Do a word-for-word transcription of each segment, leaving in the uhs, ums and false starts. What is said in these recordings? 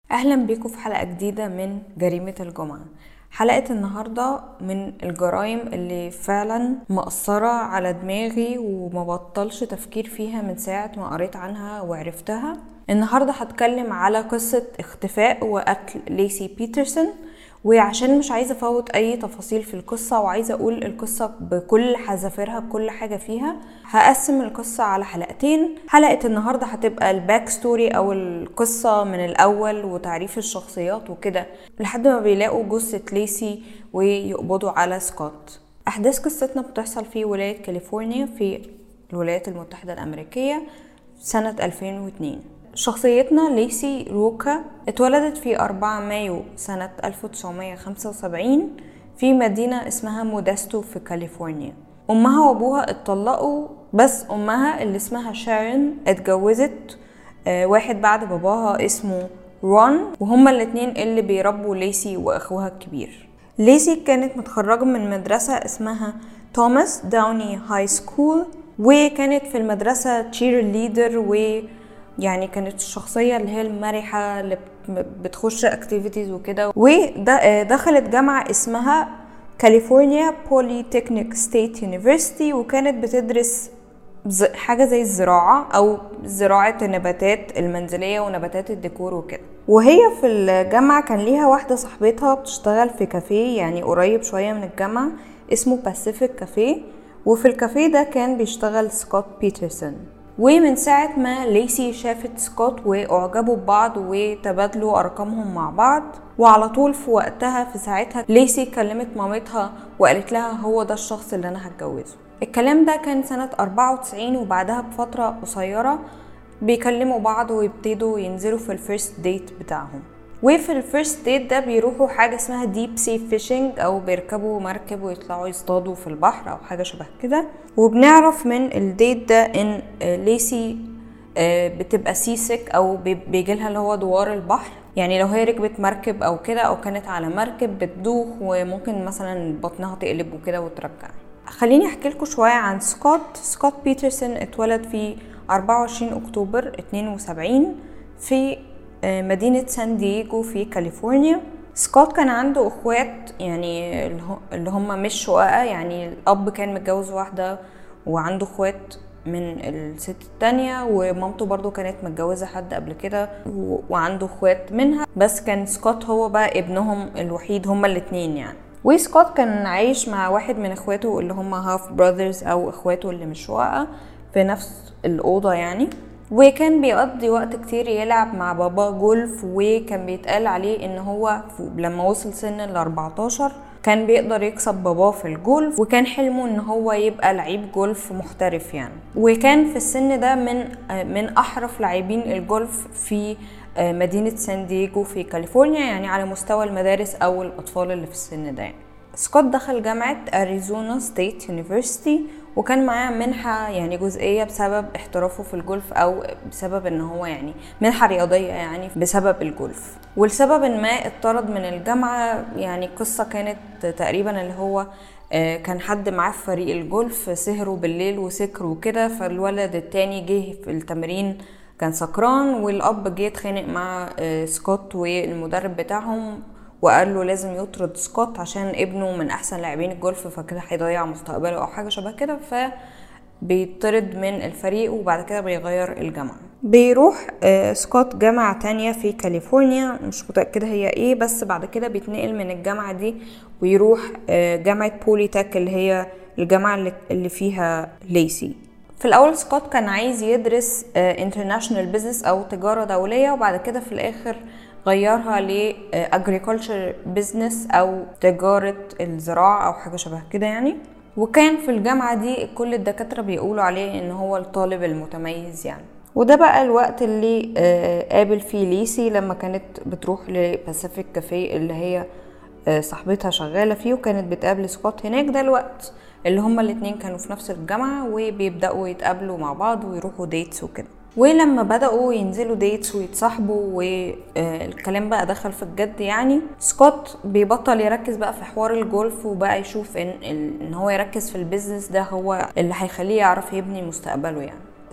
اهلا بيكم في حلقة جديدة من جريمة الجمعة. حلقة النهاردة من الجرائم اللي فعلا مأثرة على دماغي وما بطلش تفكير فيها من ساعة ما قريت عنها وعرفتها. النهاردة هتكلم على قصة اختفاء وقتل ليسي بيترسون، وعشان مش عايزة افوت اي تفاصيل في القصة وعايزة اقول القصة بكل حذافيرها بكل حاجة فيها، هقسم القصة على حلقتين. حلقة النهاردة هتبقى الباك ستوري او القصة من الاول وتعريف الشخصيات وكده لحد ما بيلاقوا جثة ليسي ويقبضوا على سكوت. احداث قصتنا بتحصل في ولاية كاليفورنيا في الولايات المتحدة الامريكية سنة ألفين واثنين. شخصيتنا ليسي روكا اتولدت في أربعة مايو سنة ألف وتسعمية وخمسة وسبعين في مدينة اسمها مودستو في كاليفورنيا. أمها وأبوها اتطلقوا، بس أمها اللي اسمها شارين اتجوزت واحد بعد باباها اسمه رون، وهما الاتنين اللي بيربوا ليسي وأخوها الكبير. ليسي كانت متخرجة من مدرسة اسمها توماس داوني هاي سكول، وكانت في المدرسة تشير ليدر، و يعني كانت الشخصية اللي هي المرحة اللي بتخش اكتيفيتيز وكده. ودخلت جامعة اسمها كاليفورنيا بوليتكنيك ستيت يونيفرسيتي، وكانت بتدرس حاجة زي الزراعة او زراعة النباتات المنزلية ونباتات الديكور وكده. وهي في الجامعة كان ليها واحدة صاحبتها بتشتغل في كافيه يعني قريب شوية من الجامعة اسمه باسيفيك كافيه، وفي الكافيه ده كان بيشتغل سكوت بيترسون. ومن ساعة ما ليسي شافت سكوت واعجبوا ببعض وتبادلوا ارقامهم مع بعض، وعلى طول في وقتها في ساعتها ليسي كلمت مامتها وقالت لها هو ده الشخص اللي انا هتجوزه. الكلام ده كان سنة أربعة وتسعين، وبعدها بفترة قصيرة بيكلموا بعض ويبتدوا ينزلوا في الفيرست ديت بتاعهم. وفي الفيرست ديت ده بيروحوا حاجة اسمها ديب سي فيشنج، او بيركبوا مركب ويطلعوا يصطادوا في البحر او حاجة شبه كده. وبنعرف من الديت ده ان ليسي بتبقى سيسك او بيجيلها اللي هو دوار البحر، يعني لو هي ركبت مركب او كده او كانت على مركب بتدوخ وممكن مثلا بطنها تقلب وكده وترجع. خليني احكي لكم شوية عن سكوت. سكوت بيترسون اتولد في أربعة وعشرين أكتوبر اتنين وسبعين في مدينة سان دييغو في كاليفورنيا. سكوت كان عنده اخوات يعني اللي هم مش شققاء، يعني الاب كان متجوز واحدة وعنده اخوات من الست التانية، ومامته برضو كانت متجوزة حد قبل كده وعنده اخوات منها، بس كان سكوت هو بقى ابنهم الوحيد هما الاتنين يعني. وسكوت كان عايش مع واحد من اخواته اللي هم هاف براذرز او اخواته اللي مش شققاء في نفس الأوضة يعني. وكان بيقضي وقت كتير يلعب مع بابا جولف، وكان بيتقال عليه ان هو لما وصل سن ال أربعتاشر كان بيقدر يكسب باباه في الجولف، وكان حلمه ان هو يبقى لعيب جولف محترف يعني. وكان في السن ده من من احرف لاعبين الجولف في مدينة سان دييغو في كاليفورنيا، يعني على مستوى المدارس او الاطفال اللي في السن ده يعني. سكوت دخل جامعة أريزونا ستيت يونيفرسيتي، وكان معاه منحة يعني جزئية بسبب احترافه في الجولف، او بسبب ان هو يعني منحة رياضية يعني بسبب الجولف. ولسبب ما اتطرد من الجامعة، يعني قصة كانت تقريبا اللي هو كان حد معاه في فريق الجولف سهروا بالليل وسكروا وكده، فالولد التاني جه في التمرين كان سكران، والاب جه اتخانق مع سكوت والمدرب بتاعهم وقال له لازم يطرد سكوت عشان ابنه من احسن لاعبين الجولف، فكده هيضيع مستقبله او حاجه شبه كده، فبيطرد من الفريق وبعد كده بيغير الجامعه. بيروح سكوت جامعه تانية في كاليفورنيا مش متاكده هي ايه، بس بعد كده بيتنقل من الجامعه دي ويروح جامعه بوليتك اللي هي الجامعه اللي فيها ليسي. في الاول سكوت كان عايز يدرس انترناشونال بيزنس او تجاره دوليه، وبعد كده في الاخر غيرها ل agriculture business او تجارة الزراعة او حاجة شبه كده يعني. وكان في الجامعة دي كل الدكاترة بيقولوا عليه ان هو الطالب المتميز يعني. وده بقى الوقت اللي قابل فيه ليسي لما كانت بتروح لباسيفيك كافيه اللي هي صاحبتها شغالة فيه، وكانت بتقابل سكوت هناك. ده الوقت اللي هما الاتنين كانوا في نفس الجامعة وبيبدأوا يتقابلوا مع بعض ويروحوا ديتس وكده. ولما بدأوا ينزلوا ديتس ويتصاحبوا والكلام بقى دخل في الجد يعني، سكوت بيبطل يركز بقى في حوار الجولف وبقى يشوف ان, إن هو يركز في البيزنس ده هو اللي هيخليه يعرف يبني مستقبله يعني.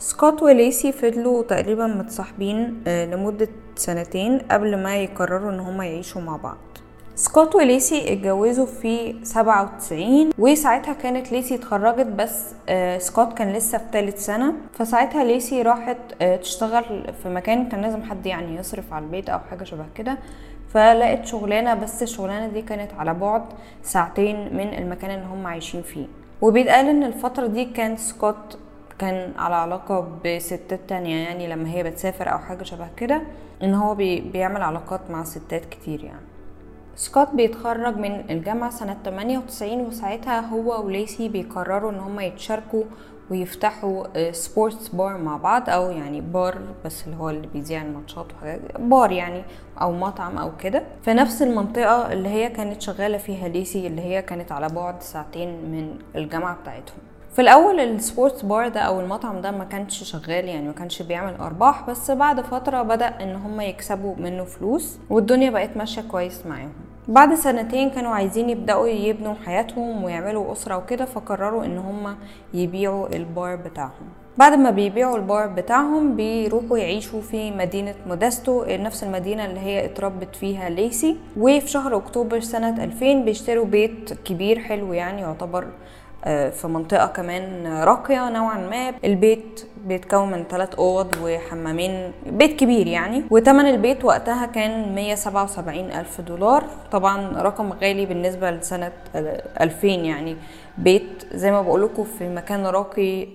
سكوت وليسي فضلوا تقريبا متصاحبين لمدة سنتين قبل ما يقرروا ان هما يعيشوا مع بعض. سكوت وليسي اتجوزوا في سبعة وتسعين، وساعتها كانت ليسي اتخرجت، بس سكوت كان لسه في ثالث سنة. فساعتها ليسي راحت تشتغل في مكان كان لازم حد يعني يصرف على البيت او حاجة شبه كده، فلقت شغلانة، بس الشغلانة دي كانت على بعد ساعتين من المكان اللي هم عايشين فيه. وبيتقال ان الفترة دي كان سكوت كان على علاقة بستات تانية، يعني لما هي بتسافر او حاجة شبه كده ان هو بي بيعمل علاقات مع ستات كتير يعني. سكوت بيتخرج من الجامعة سنة ثمانية وتسعين، وساعتها هو وليسي بيقرروا ان هم يتشاركوا ويفتحوا سبورتس بار مع بعض، او يعني بار بس اللي هو اللي بيذيع الماتشات وحاجات، بار يعني او مطعم او كده، في نفس المنطقة اللي هي كانت شغالة فيها ليسي، اللي هي كانت على بعد ساعتين من الجامعة بتاعتهم. في الاول السبورتس بار ده او المطعم ده ما كانش شغال، يعني ما كانش بيعمل ارباح، بس بعد فترة بدأ ان هم يكسبوا منه فلوس والدنيا بقت ماشية كويس معاهم. بعد سنتين كانوا عايزين يبدأوا يبنوا حياتهم ويعملوا أسرة وكده، فقرروا ان هم يبيعوا البار بتاعهم. بعد ما بيبيعوا البار بتاعهم بيروحوا يعيشوا في مدينة مودستو، نفس المدينة اللي هي اتربت فيها ليسي. وفي شهر اكتوبر سنة ألفين بيشتروا بيت كبير حلو، يعني يعتبر في منطقة كمان راقية نوعا ما. البيت بيتكون من ثلاث اوض وحمامين، بيت كبير يعني. وتمن البيت وقتها كان مية وسبعة وسبعين الف دولار، طبعا رقم غالي بالنسبة لسنة ألفين، يعني بيت زي ما بقولكوا في مكان راقي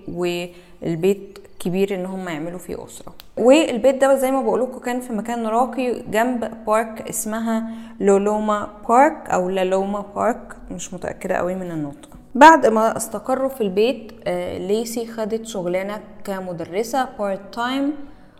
والبيت كبير ان هم يعملوا فيه اسرة. والبيت ده زي ما بقولكوا كان في مكان راقي جنب بارك اسمها لولوما بارك او لالوما بارك، مش متأكدة قوي من النطق. بعد ما استقروا في البيت ليسي خدت شغلانة كمدرسة بارت تايم،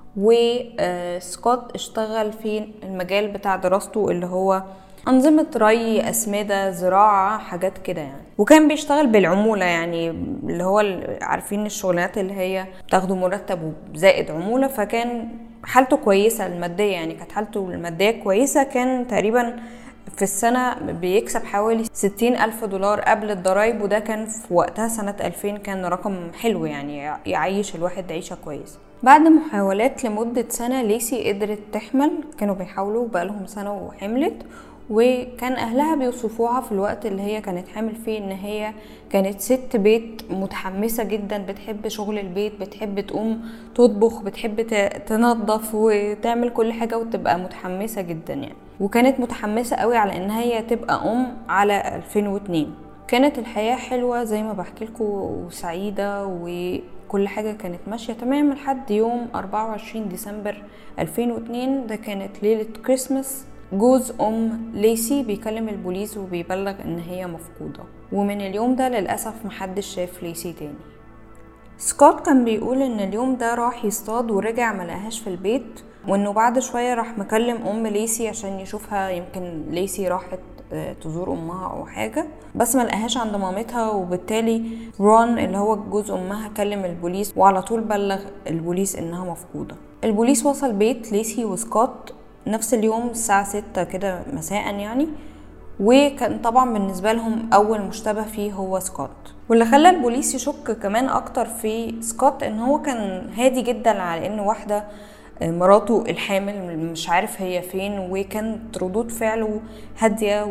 وسكوت اشتغل في المجال بتاع دراسته اللي هو أنظمة ري، أسمدة، زراعة، حاجات كده يعني. وكان بيشتغل بالعمولة، يعني اللي هو عارفين الشغلانات اللي هي تاخدوا مرتب وزائد عمولة، فكان حالته كويسة المادية، يعني كانت حالته المادية كويسة. كان تقريبا في السنة بيكسب حوالي ستين ألف دولار قبل الضرايب، وده كان في وقتها سنة ألفين كان رقم حلو، يعني يعيش الواحد عيشة كويسة. بعد محاولات لمدة سنة ليسي قدرت تحمل، كانوا بيحاولوا بقالهم سنة وحملت، وكان أهلها بيوصفوها في الوقت اللي هي كانت حامل فيه إن هي كانت ست بيت متحمسة جدا، بتحب شغل البيت، بتحب تقوم تطبخ، بتحب تنظف وتعمل كل حاجة وتبقى متحمسة جدا يعني. وكانت متحمسة قوي على ان هي تبقى ام على ألفين واتنين. كانت الحياة حلوة زي ما بحكي لكم وسعيدة، وكل حاجة كانت ماشية تمام لحد يوم أربعة وعشرين ديسمبر ألفين واتنين. ده كانت ليلة كريسماس. جوز ام ليسي بيكلم البوليس وبيبلغ ان هي مفقودة، ومن اليوم ده للأسف محدش شاف ليسي تاني. سكوت كان بيقول ان اليوم ده راح يصطاد ورجع ملقاهاش في البيت، وانه بعد شوية راح مكلم ام ليسي عشان يشوفها، يمكن ليسي راحت تزور امها او حاجة، بس ملقاهاش عند مامتها. وبالتالي رون اللي هو جوز امها كلم البوليس، وعلى طول بلغ البوليس انها مفقودة. البوليس وصل بيت ليسي وسكوت نفس اليوم الساعة ستة كده مساء يعني، وكان طبعا بالنسبة لهم اول مشتبه فيه هو سكوت. واللي خلى البوليس يشك كمان اكتر في سكوت ان هو كان هادي جدا على ان واحدة مراته الحامل مش عارف هي فين، وكانت ردود فعله هادية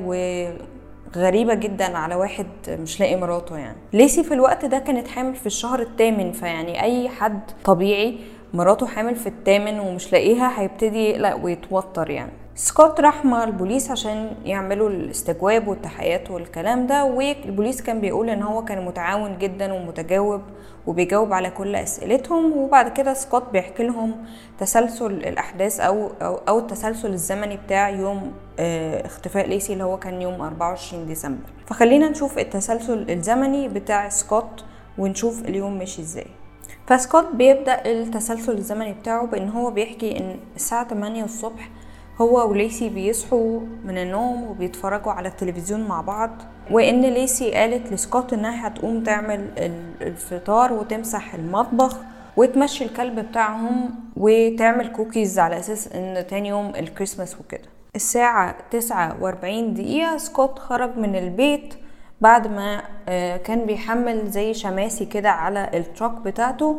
وغريبة جدا على واحد مش لاقي مراته. يعني ليسي في الوقت ده كانت حامل في الشهر الثامن، فيعني اي حد طبيعي مراته حامل في الثامن ومش لاقيها هيبتدي يقلق ويتوتر يعني. سكوت راح مع البوليس عشان يعملوا الاستجواب والتحقيقات والكلام ده، والبوليس كان بيقول ان هو كان متعاون جدا ومتجاوب وبيجاوب على كل اسئلتهم. وبعد كده سكوت بيحكي لهم تسلسل الاحداث او او, أو التسلسل الزمني بتاع يوم اه اختفاء ليسي اللي هو كان يوم أربعة وعشرين ديسمبر. فخلينا نشوف التسلسل الزمني بتاع سكوت ونشوف اليوم ماشي ازاي. فسكوت بيبدأ التسلسل الزمني بتاعه بان هو بيحكي ان الساعة تمانية الصبح هو وليسي بيصحوا من النوم وبيتفرجوا على التلفزيون مع بعض، وان ليسي قالت لسكوت انها هتقوم تعمل الفطار وتمسح المطبخ وتمشي الكلب بتاعهم وتعمل كوكيز على اساس ان تاني يوم الكريسماس وكده. الساعة تسعة واربعين دقيقة سكوت خرج من البيت بعد ما كان بيحمل زي شماسي كده على التراك بتاعته،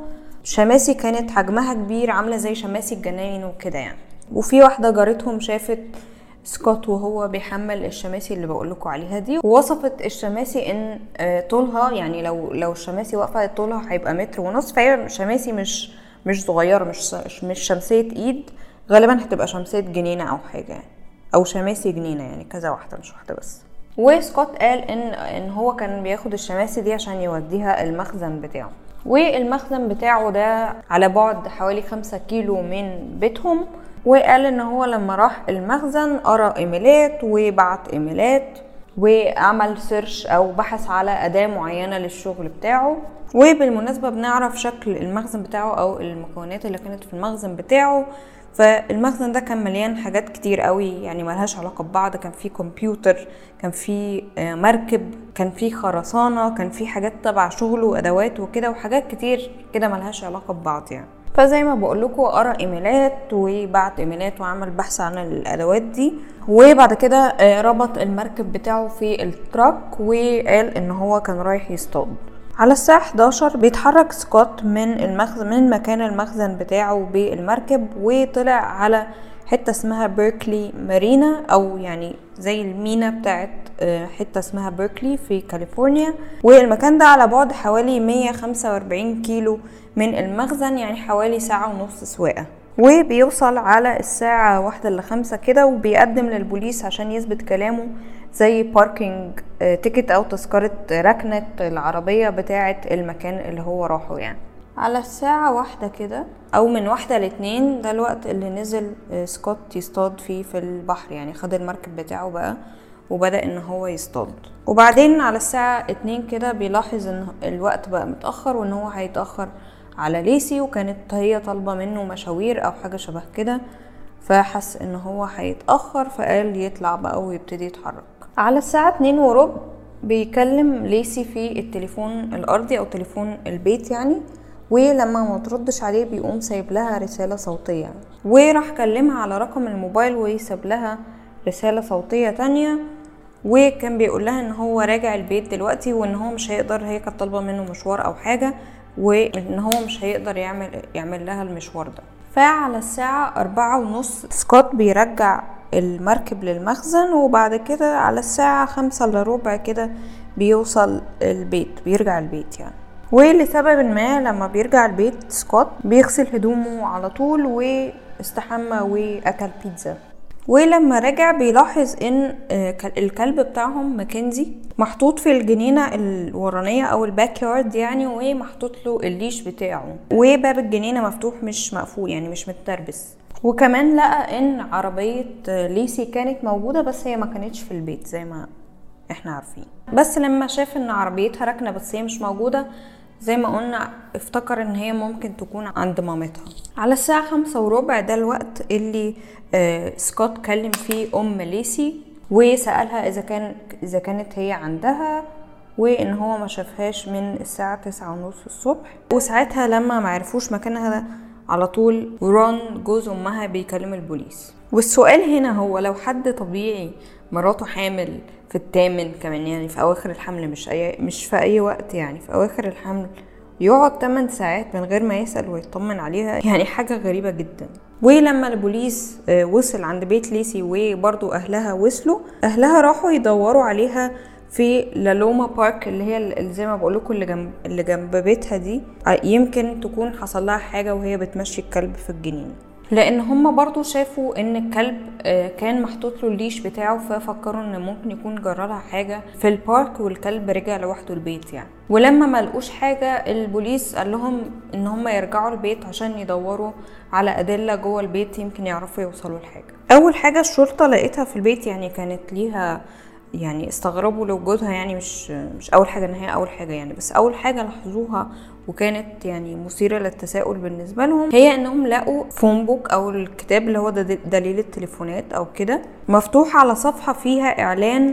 شماسي كانت حجمها كبير عاملة زي شماسي الجناين وكده يعني. وفي واحدة جارتهم شافت سكوت وهو بيحمل الشماسي اللي بقولكوا عليها دي، ووصفت الشماسي ان طولها يعني لو لو الشماسي واقفة طولها هيبقى متر ونص، فهي شماسي مش مش صغيرة، مش مش شمسية ايد، غالبا هتبقى شمسية جنينة او حاجة يعني، او شماسي جنينة يعني كذا واحدة مش واحدة بس. وسكوت قال ان ان هو كان بياخد الشماسي دي عشان يوديها المخزن بتاعه، والمخزن بتاعه ده على بعد حوالي خمسة كيلو من بيتهم. وقال ان هو لما راح المخزن قرأ ايميلات وبعت ايميلات وعمل سيرش او بحث على اداة معينة للشغل بتاعه. وبالمناسبة بنعرف شكل المخزن بتاعه او المكونات اللي كانت في المخزن بتاعه. فالمخزن ده كان مليان حاجات كتير قوي يعني ملهاش علاقة ببعض، كان فيه كمبيوتر، كان فيه مركب، كان فيه خرسانة، كان فيه حاجات تبع شغله وادوات وكده، وحاجات كتير كده ملهاش علاقة ببعض يعني. فزي ما بقولكوا قرأ ايميلات وبعت ايميلات وعمل بحث عن الادوات دي، وبعد كده ربط المركب بتاعه في التراك وقال ان هو كان رايح يصطاد. على الساعة حداشر بيتحرك سكوت من المخزن من مكان المخزن بتاعه بالمركب، وطلع على حتة اسمها بيركلي مارينا، او يعني زي المينا بتاعت حتة اسمها بيركلي في كاليفورنيا. والمكان ده على بعد حوالي مية وخمسة واربعين كيلو من المخزن، يعني حوالي ساعة ونص سواقة. وبيوصل على الساعة واحدة لخمسة كده، وبيقدم للبوليس عشان يثبت كلامه زي باركينج تيكت او تذكرة ركنة العربية بتاعة المكان اللي هو راحه يعني. على الساعة واحدة كده او من واحدة لاتنين، ده الوقت اللي نزل سكوت يصطاد فيه في البحر، يعني خد المركب بتاعه بقى وبدأ ان هو يصطاد. وبعدين على الساعة اتنين كده بيلاحظ ان الوقت بقى متأخر وان هو هيتأخر على ليسي، وكانت هي طالبة منه مشاوير او حاجة شبه كده، فحس ان هو هيتأخر فقال يطلع بقى ويبتدي يتحرك. على الساعة اتنين وربع بيكلم ليسي في التليفون الارضي او تليفون البيت يعني، ولما ما تردش عليه بيقوم سايب لها رسالة صوتية، وراح كلمها على رقم الموبايل ويساب لها رسالة صوتية تانية، وكان بيقول لها ان هو راجع البيت دلوقتي وان هو مش هيقدر، هي كانت طالبة منه مشوار او حاجة، وان هو مش هيقدر يعمل يعمل لها المشوار ده. فعلى الساعة اربعة ونص سكوت بيرجع المركب للمخزن، وبعد كده على الساعة خمسة الا ربع كده بيوصل البيت، بيرجع البيت يعني. ولسبب ما لما بيرجع البيت سكوت بيغسل هدومه على طول واستحمى واكل بيتزا. ولما رجع بيلاحظ ان الكلب بتاعهم ماكنزي محطوط في الجنينة الورانية او الباك يارد يعني، ومحطوط له الليش بتاعه، وباب الجنينة مفتوح مش مقفول يعني مش متربس. وكمان لقى ان عربية ليسي كانت موجودة بس هي ما كانتش في البيت زي ما احنا عارفين، بس لما شاف ان عربيتها راكنة بس هي مش موجودة زي ما قلنا افتكر ان هي ممكن تكون عند مامتها. على الساعة خمسة وربع ده الوقت اللي آه سكوت كلم فيه ام ليسي وسألها اذا كان اذا كانت هي عندها، وان هو ما شافهاش من الساعة تسعة ونص الصبح. وساعتها لما معرفوش مكانها على طول رون جوز امها بيكلم البوليس. والسؤال هنا هو لو حد طبيعي مراته حامل في الثامن كمان يعني في اواخر الحمل، مش اي مش في اي وقت يعني في اواخر الحمل، يقعد ثمانية ساعات من غير ما يسأل ويطمن عليها، يعني حاجة غريبة جدا. ولما البوليس وصل عند بيت ليسي وبرضو اهلها وصلوا، اهلها راحوا يدوروا عليها في لالوما بارك اللي هي اللي زي ما بقول لكم اللي جنب اللي جنب بيتها دي، يمكن تكون حصل لها حاجة وهي بتمشي الكلب في الجنينة، لان هم برضو شافوا ان الكلب كان محطوط له الليش بتاعه، ففكروا ان ممكن يكون جرالها حاجة في البارك والكلب رجع لوحده البيت يعني. ولما ما لقوش حاجة البوليس قال لهم ان هم يرجعوا البيت عشان يدوروا على ادلة جوه البيت يمكن يعرفوا يوصلوا لحاجة. اول حاجة الشرطة لقيتها في البيت يعني كانت ليها يعني استغربوا لوجودها، يعني مش مش اول حاجه ان هي اول حاجه يعني، بس اول حاجه لاحظوها وكانت يعني مثيره للتساؤل بالنسبه لهم هي انهم لقوا فون بوك او الكتاب اللي هو دليل التليفونات او كده مفتوح على صفحه فيها اعلان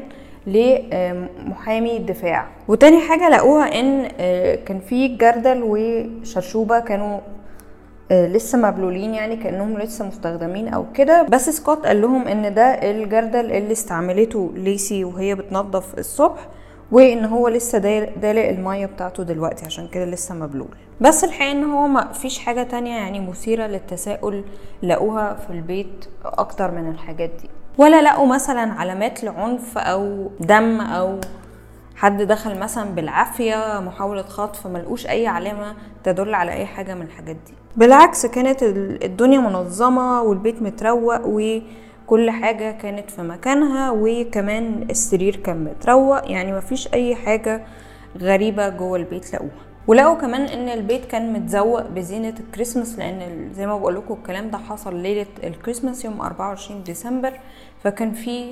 لمحامي الدفاع. وتاني حاجه لقوها ان كان في جردل وشرشوبه كانوا لسه مبلولين يعني كأنهم لسه مستخدمين او كده، بس سكوت قال لهم ان ده الجردل اللي استعملته ليسي وهي بتنظف الصبح، وان هو لسه دالق المية بتاعته دلوقتي عشان كده لسه مبلول. بس الحقيقة ان هو ما فيش حاجة تانية يعني مثيرة للتساؤل لقوها في البيت اكتر من الحاجات دي، ولا لقوا مثلا علامات لعنف او دم او حد دخل مثلا بالعافية محاولة خطف، ملقوش اي علامة تدل على اي حاجة من الحاجات دي. بالعكس كانت الدنيا منظمة والبيت متروق وكل حاجة كانت في مكانها، وكمان السرير كان متروق، يعني مفيش اي حاجة غريبة جوه البيت لقوها. ولقوا كمان ان البيت كان متزوق بزينة الكريسماس، لان زي ما بقولكم الكلام ده حصل ليلة الكريسماس يوم أربعة وعشرين ديسمبر، فكان فيه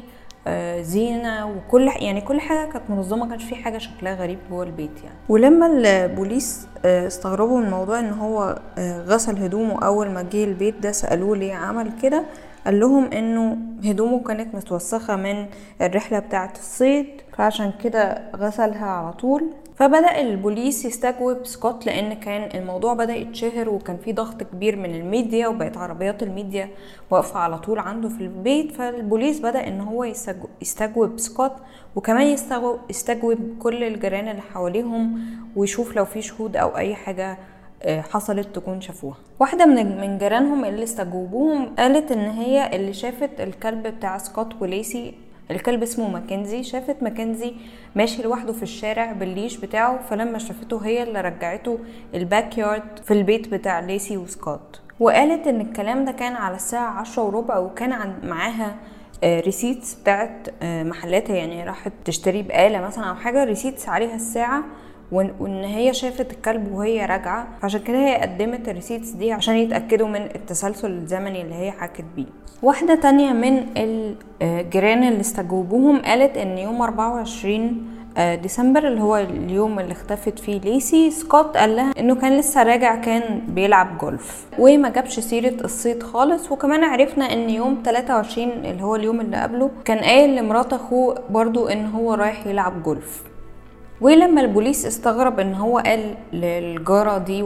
زينة وكل يعني كل حاجة كانت منظمة، كانش في حاجة شكلها غريب جوه البيت يعني. ولما البوليس استغربوا من الموضوع ان هو غسل هدومه اول ما جه البيت ده، سألوه ليه عمل كده، قال لهم انه هدومه كانت متوسخة من الرحلة بتاعة الصيد، فعشان كده غسلها على طول. فبدأ البوليس يستجوب سكوت لان كان الموضوع بدأ يتشهر وكان في ضغط كبير من الميديا، وبقت عربيات الميديا واقفة على طول عنده في البيت. فالبوليس بدأ ان هو يستجوب سكوت، وكمان يستجوب, يستجوب كل الجيران اللي حواليهم ويشوف لو في شهود او اي حاجة حصلت تكون شافوها. واحدة من من جيرانهم اللي استجوبوهم قالت ان هي اللي شافت الكلب بتاع سكوت وليسي، الكلب اسمه ماكنزي، شافت ماكنزي ماشي لوحده في الشارع بالليش بتاعه، فلما شافته هي اللي رجعته الباك يارد في البيت بتاع ليسي وسكوت. وقالت ان الكلام ده كان على الساعة عشرة وربع، وكان معاها ريسيتس بتاعت محلات، يعني راحت تشتري بقالة مثلا او حاجة، ريسيتس عليها الساعة، وان هي شافت الكلب وهي راجعه، فعشان كده هي قدمت الريسيتس دي عشان يتاكدوا من التسلسل الزمني اللي هي حكت بيه. واحده تانية من الجيران اللي استجوبوهم قالت ان يوم أربعة وعشرين ديسمبر اللي هو اليوم اللي اختفت فيه ليسي، سكوت قال لها انه كان لسه راجع، كان بيلعب جولف وما جابش سيره الصيد خالص. وكمان عرفنا ان يوم ثلاثة وعشرين اللي هو اليوم اللي قبله كان قايل لمرات اخوه برضو ان هو رايح يلعب جولف. ولما البوليس استغرب ان هو قال للجارة دي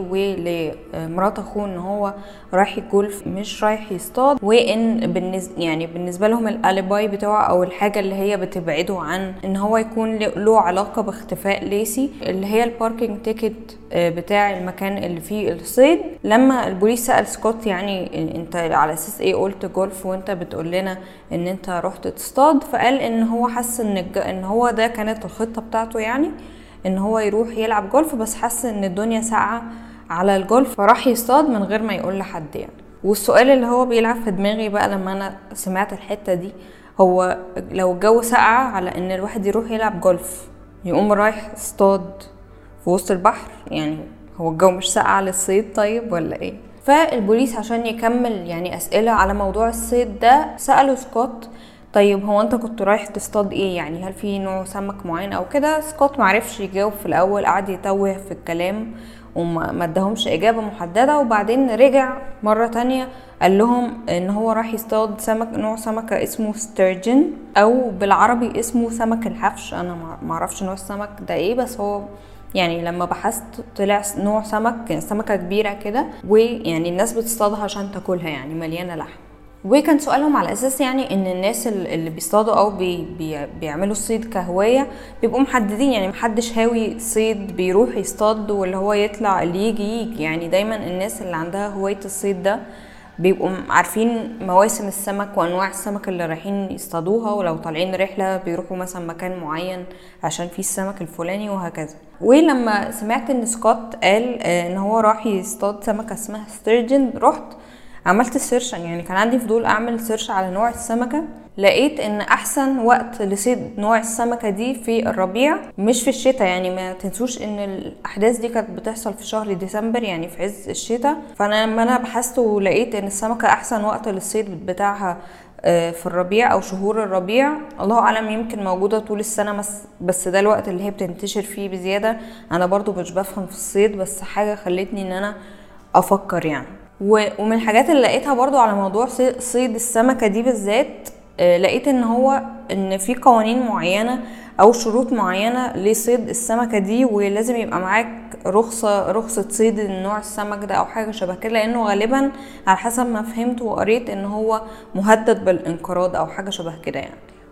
ولمرات اخوه ان هو رايح الجولف مش رايح يصطاد، وان بالنسبة يعني بالنسبة لهم الاليباي بتاعه او الحاجة اللي هي بتبعده عن ان هو يكون له علاقة باختفاء ليسي اللي هي الباركينج تيكت بتاع المكان اللي فيه الصيد. لما البوليس سأل سكوت يعني انت على اساس ايه قلت جولف وانت بتقول لنا ان انت رحت تصطاد، فقال ان هو حس ان ان هو ده كانت الخطة بتاعته، يعني ان هو يروح يلعب جولف، بس حس ان الدنيا ساقعة على الجولف فراح يصطاد من غير ما يقول لحد يعني. والسؤال اللي هو بيلعب في دماغي بقى لما انا سمعت الحتة دي، هو لو الجو ساقعة على ان الواحد يروح يلعب جولف يقوم رايح يصطاد في وسط البحر، يعني هو الجو مش ساقع للصيد طيب ولا ايه؟ فالبوليس عشان يكمل يعني اسئلة على موضوع الصيد ده سألوا سكوت طيب هو انت كنت رايح تصطاد ايه، يعني هل في نوع سمك معين او كده؟ سكوت معرفش يجاوب في الاول، قعد يتوه في الكلام وما ادهمش اجابة محددة، وبعدين رجع مرة تانية قال لهم ان هو راح يصطاد سمك نوع سمكة اسمه ستيرجن او بالعربي اسمه سمك الحفش. انا معرفش نوع السمك ده ايه، بس هو يعني لما بحثت طلع نوع سمك سمكة كبيرة كده، ويعني الناس بتصطادها عشان تاكلها، يعني مليانة لحم. وكان سؤالهم على اساس يعني ان الناس اللي بيصطادوا او بي بي بيعملوا الصيد كهواية بيبقوا محددين، يعني محدش هاوي صيد بيروح يصطاد واللي هو يطلع اللي يجي يجي، يعني دايما الناس اللي عندها هواية الصيد ده بيبقوا عارفين مواسم السمك وانواع السمك اللي رايحين يصطادوها، ولو طالعين رحلة بيروحوا مثلا مكان معين عشان فيه السمك الفلاني وهكذا. ولما سمعت ان سكوت قال ان هو راح يصطاد سمكة اسمها ستيرجن، رحت عملت سيرش، يعني كان عندي فضول اعمل سيرش على نوع السمكة، لقيت ان احسن وقت لصيد نوع السمكة دي في الربيع مش في الشتاء. يعني ما تنسوش ان الاحداث دي كانت بتحصل في شهر ديسمبر يعني في عز الشتاء، فانا لما انا بحثت ولقيت ان السمكة احسن وقت للصيد بتاعها في الربيع او شهور الربيع. الله اعلم يمكن موجودة طول السنة، بس بس ده الوقت اللي هي بتنتشر فيه بزيادة. انا برضو مش بفهم في الصيد، بس حاجة خلتني ان انا افكر يعني. ومن الحاجات اللي لقيتها برضو على موضوع صيد السمكة دي بالذات، لقيت ان هو ان في قوانين معينة او شروط معينة لصيد السمكة دي، ولازم يبقى معاك رخصة رخصة صيد النوع السمك ده او حاجة شبه كده، لانه غالبا على حسب ما فهمت وقريت ان هو مهدد بالانقراض او حاجة شبه كده يعني.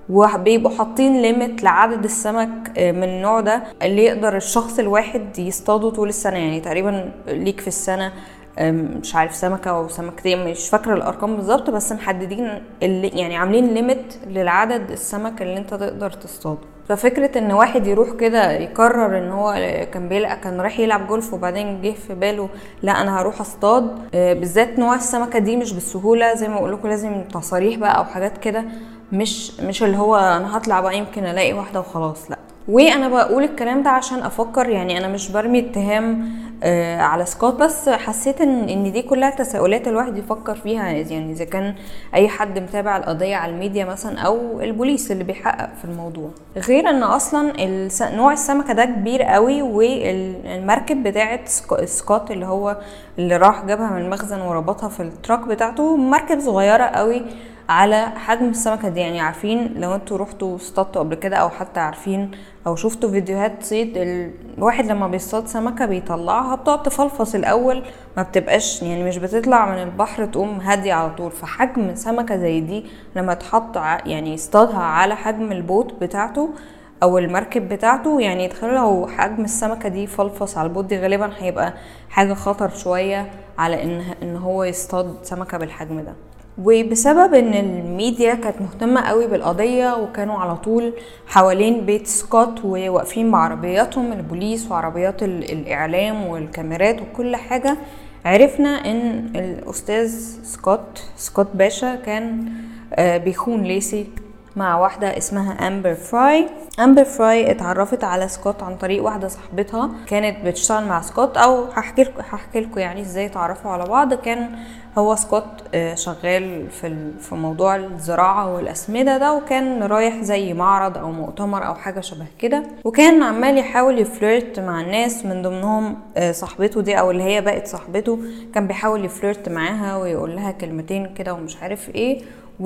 وبيبقوا حاطين ليميت لعدد السمك من النوع ده اللي يقدر الشخص الواحد يصطاده طول السنة. يعني تقريبا ليك في السنة مش عارف سمكة او سمكتين، مش فاكرة الارقام بالظبط، بس محددين اللي يعني عاملين ليميت للعدد السمك اللي انت تقدر تصطاده. ففكرة ان واحد يروح كده يقرر ان هو كان بيلقى كان رايح يلعب جولف وبعدين جه في باله لا انا هروح اصطاد، بالذات نوع السمكة دي مش بالسهولة زي ما اقول لكم، لازم تصاريح بقى او حاجات كده، مش مش اللي هو انا هطلع بقى يمكن الاقي واحدة وخلاص، لا. وانا بقول الكلام ده عشان افكر، يعني انا مش برمي اتهام آه على سكوت، بس حسيت ان ان دي كلها تساؤلات الواحد يفكر فيها، يعني اذا كان اي حد متابع القضيه على الميديا مثلا او البوليس اللي بيحقق في الموضوع. غير ان اصلا نوع السمكه ده كبير قوي، والمركب بتاعه سكوت اللي هو اللي راح جابها من المخزن وربطها في التراك بتاعته مركب صغيره قوي على حجم السمكه دي. يعني عارفين لو انتوا رحتوا اصطادتوا قبل كده او حتى عارفين او شفتوا فيديوهات صيد، الواحد لما بيصطاد سمكه بيطلعها بتقعد تفلفص الاول، ما بتبقاش يعني مش بتطلع من البحر تقوم هاديه على طول. فحجم سمكه زي دي لما تحط يعني يصطادها على حجم البوت بتاعته او المركب بتاعته، يعني تخيلوا لو حجم السمكه دي فلفص على البوت دي، غالبا هيبقى حاجه خطر شويه على ان ان هو يصطاد سمكه بالحجم ده. وبسبب ان الميديا كانت مهتمة قوي بالقضية وكانوا على طول حوالين بيت سكوت وواقفين بعربياتهم البوليس وعربيات الاعلام والكاميرات وكل حاجة، عرفنا ان الاستاذ سكوت سكوت باشا كان بيخون ليسي مع واحدة اسمها امبر فراي. امبر فراي اتعرفت على سكوت عن طريق واحدة صاحبتها كانت بتشتغل مع سكوت، او هحكي لكم هحكي لكم يعني ازاي اتعرفوا على بعض. كان هو سكوت شغال في في موضوع الزراعة والاسمدة ده، وكان رايح زي معرض او مؤتمر او حاجة شبه كده، وكان عمال يحاول يفلرت مع الناس، من ضمنهم صاحبته دي او اللي هي بقت صاحبته. كان بيحاول يفلرت معاها ويقول لها كلمتين كده ومش عارف ايه.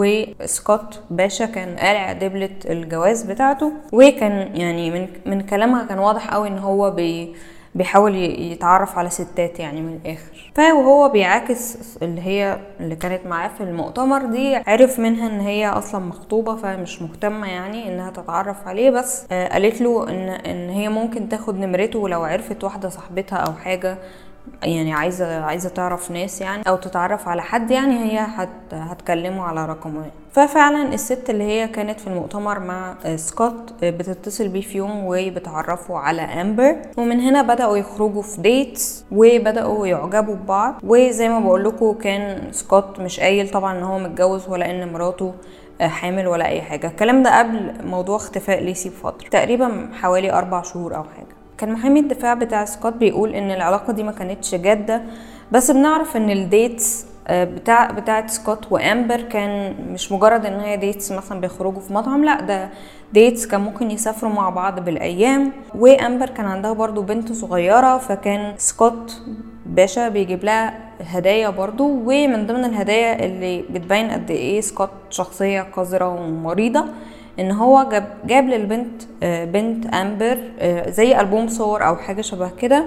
وسكوت باشا كان قالع دبلة الجواز بتاعته، وكان يعني من من كلامها كان واضح قوي ان هو بي بيحاول يتعرف على ستات يعني من الاخر. فوهو بيعاكس اللي هي اللي كانت معاه في المؤتمر دي، عرف منها ان هي اصلا مخطوبة فمش مهتمة يعني انها تتعرف عليه، بس قالت له ان ان هي ممكن تاخد نمرته لو عرفت واحدة صاحبتها او حاجة، يعني عايزه عايزه تعرف ناس يعني او تتعرف على حد، يعني هي هت هتكلمه على رقمه. ففعلا الست اللي هي كانت في المؤتمر مع سكوت بتتصل بيه في يوم وبتعرفوا على امبر، ومن هنا بداوا يخرجوا في ديتس وبداوا يعجبوا ببعض. وزي ما بقول لكم كان سكوت مش قايل طبعا ان هو متجوز ولا ان مراته حامل ولا اي حاجه. الكلام ده قبل موضوع اختفاء ليسي بفتره تقريبا حوالي اربع شهور او حاجه. كان محامي الدفاع بتاع سكوت بيقول ان العلاقة دي ما كانتش جادة، بس بنعرف ان الديتس بتاع بتاعت سكوت وامبر كان مش مجرد ان هي ديتس مثلا بيخرجوا في مطعم، لا ده ديتس كان ممكن يسافروا مع بعض بالايام. وامبر كان عندها برضو بنت صغيرة، فكان سكوت باشا بيجيب لها هدايا برضو، ومن ضمن الهدايا اللي بتبين قد ايه سكوت شخصية قذرة ومريضة ان هو جاب جاب للبنت بنت امبر زي البوم صور او حاجه شبه كده.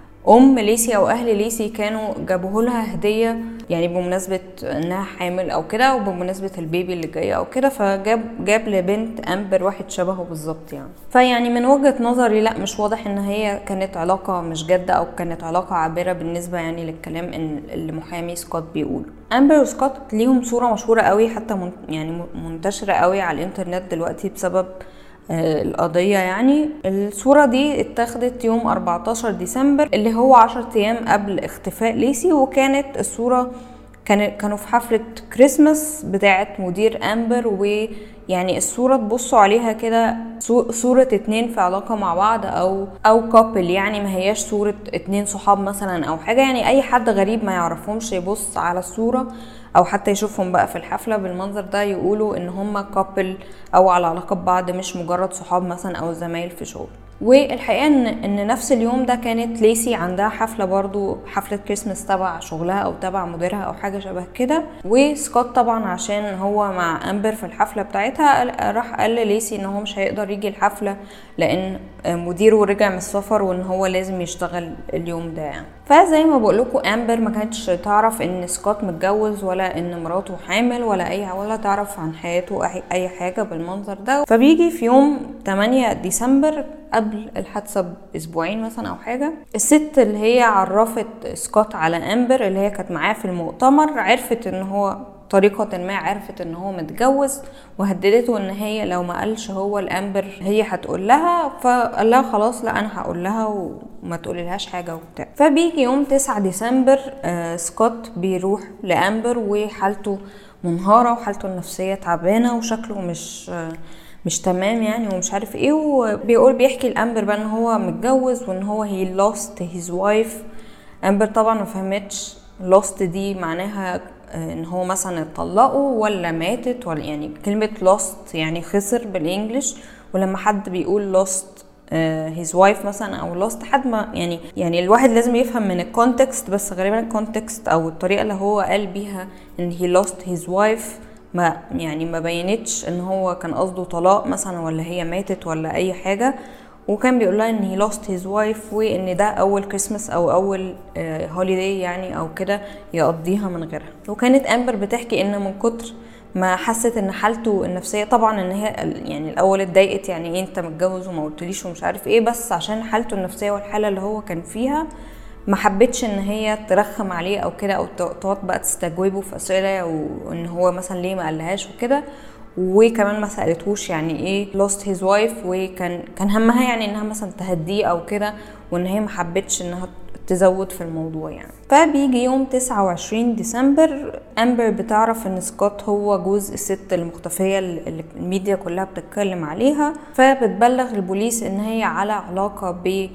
ام ليسي او اهل ليسي كانوا جابوه لها هديه يعني بمناسبه انها حامل او كده، وبمناسبه البيبي اللي جاي او كده، فجاب جاب لبنت امبر واحد شبهه بالظبط يعني. فيعني من وجهه نظري لا مش واضح ان هي كانت علاقه مش جاده او كانت علاقه عابره بالنسبه يعني للكلام ان اللي محامي سكوت بيقول. امبر وسكوت ليهم صوره مشهوره قوي حتى من يعني منتشره قوي على الانترنت دلوقتي بسبب القضية. يعني الصورة دي اتاخدت يوم اربعتاشر ديسمبر اللي هو عشر ايام قبل اختفاء ليسي، وكانت الصورة كانوا في حفلة كريسماس بتاعت مدير امبر. ويعني الصورة تبصوا عليها كده صورة اتنين في علاقة مع بعض او او كابل، يعني ما هياش صورة اتنين صحاب مثلا او حاجة، يعني اي حد غريب ما يعرفهمش يبص على الصورة او حتى يشوفهم بقى في الحفلة بالمنظر ده يقولوا ان هم كابل او على علاقة ببعض، مش مجرد صحاب مثلا او زمايل في شغل. والحقيقة ان, إن نفس اليوم ده كانت ليسي عندها حفلة برضو، حفلة كريسمس تبع شغلها او تبع مديرها او حاجة شبه كده. وسكوت طبعا عشان هو مع امبر في الحفلة بتاعتها راح قال ليسي ان هو مش هيقدر يجي الحفلة لان مديره رجع من السفر وان هو لازم يشتغل اليوم ده يعني. فزي ما بقولكوا امبر ما كانتش تعرف ان سكوت متجوز ولا ان مراته حامل ولا اي ولا تعرف عن حياته اي حاجه بالمنظر ده. فبيجي في يوم تمانية ديسمبر قبل الحادثه باسبوعين مثلا او حاجه، الست اللي هي عرفت سكوت على امبر اللي هي كانت معاه في المؤتمر عرفت ان هو طريقة ما عرفت ان هو متجوز، وهددته ان هي لو ما قالش هو الامبر هي هتقول لها. فقال لها خلاص لا انا هقول لها وما تقولي لهاش حاجه وبتاع. فبيجي يوم تسعة ديسمبر آه سكوت بيروح لامبر وحالته منهاره وحالته النفسيه تعبانه وشكله مش آه مش تمام يعني ومش عارف ايه. وبيقول بيحكي لامبر بقى ان هو متجوز وان هو he lost his wife. امبر طبعا ما فهمتش lost دي معناها ان هو مثلا اتطلقوا ولا ماتت، ولا يعني كلمة lost يعني خسر بالانجلش، ولما حد بيقول lost his wife مثلا او lost حد ما يعني يعني الواحد لازم يفهم من الكونتكست، بس غالبا الكونتكست او الطريقة اللي هو قال بيها ان he lost his wife ما يعني ما بينتش ان هو كان قصده طلاق مثلا ولا هي ماتت ولا اي حاجة. وكان بيقول لها ان هي lost his wife وان ده اول كريسماس او اول هوليداي يعني او كده يقضيها من غيرها. وكانت امبر بتحكي ان من كتر ما حست ان حالته النفسيه طبعا ان هي يعني الاول اتضايقت يعني ايه انت متجوز وما قلتليش ومش عارف ايه، بس عشان حالته النفسيه والحاله اللي هو كان فيها ما حبتش ان هي ترخم عليه او كده او تقعد بقى تستجوبه في اسئله وان هو مثلا ليه ما قالهاش وكده. وكمان ما سالتهوش يعني ايه lost his wife، وكان كان همها يعني انها مثلا تهديه او كده، وان هي ما حبتش انها تزود في الموضوع يعني. فبيجي يوم تسعة وعشرين ديسمبر امبر بتعرف ان سكوت هو جوز الست المختفيه اللي الميديا كلها بتتكلم عليها، فبتبلغ البوليس ان هي على علاقه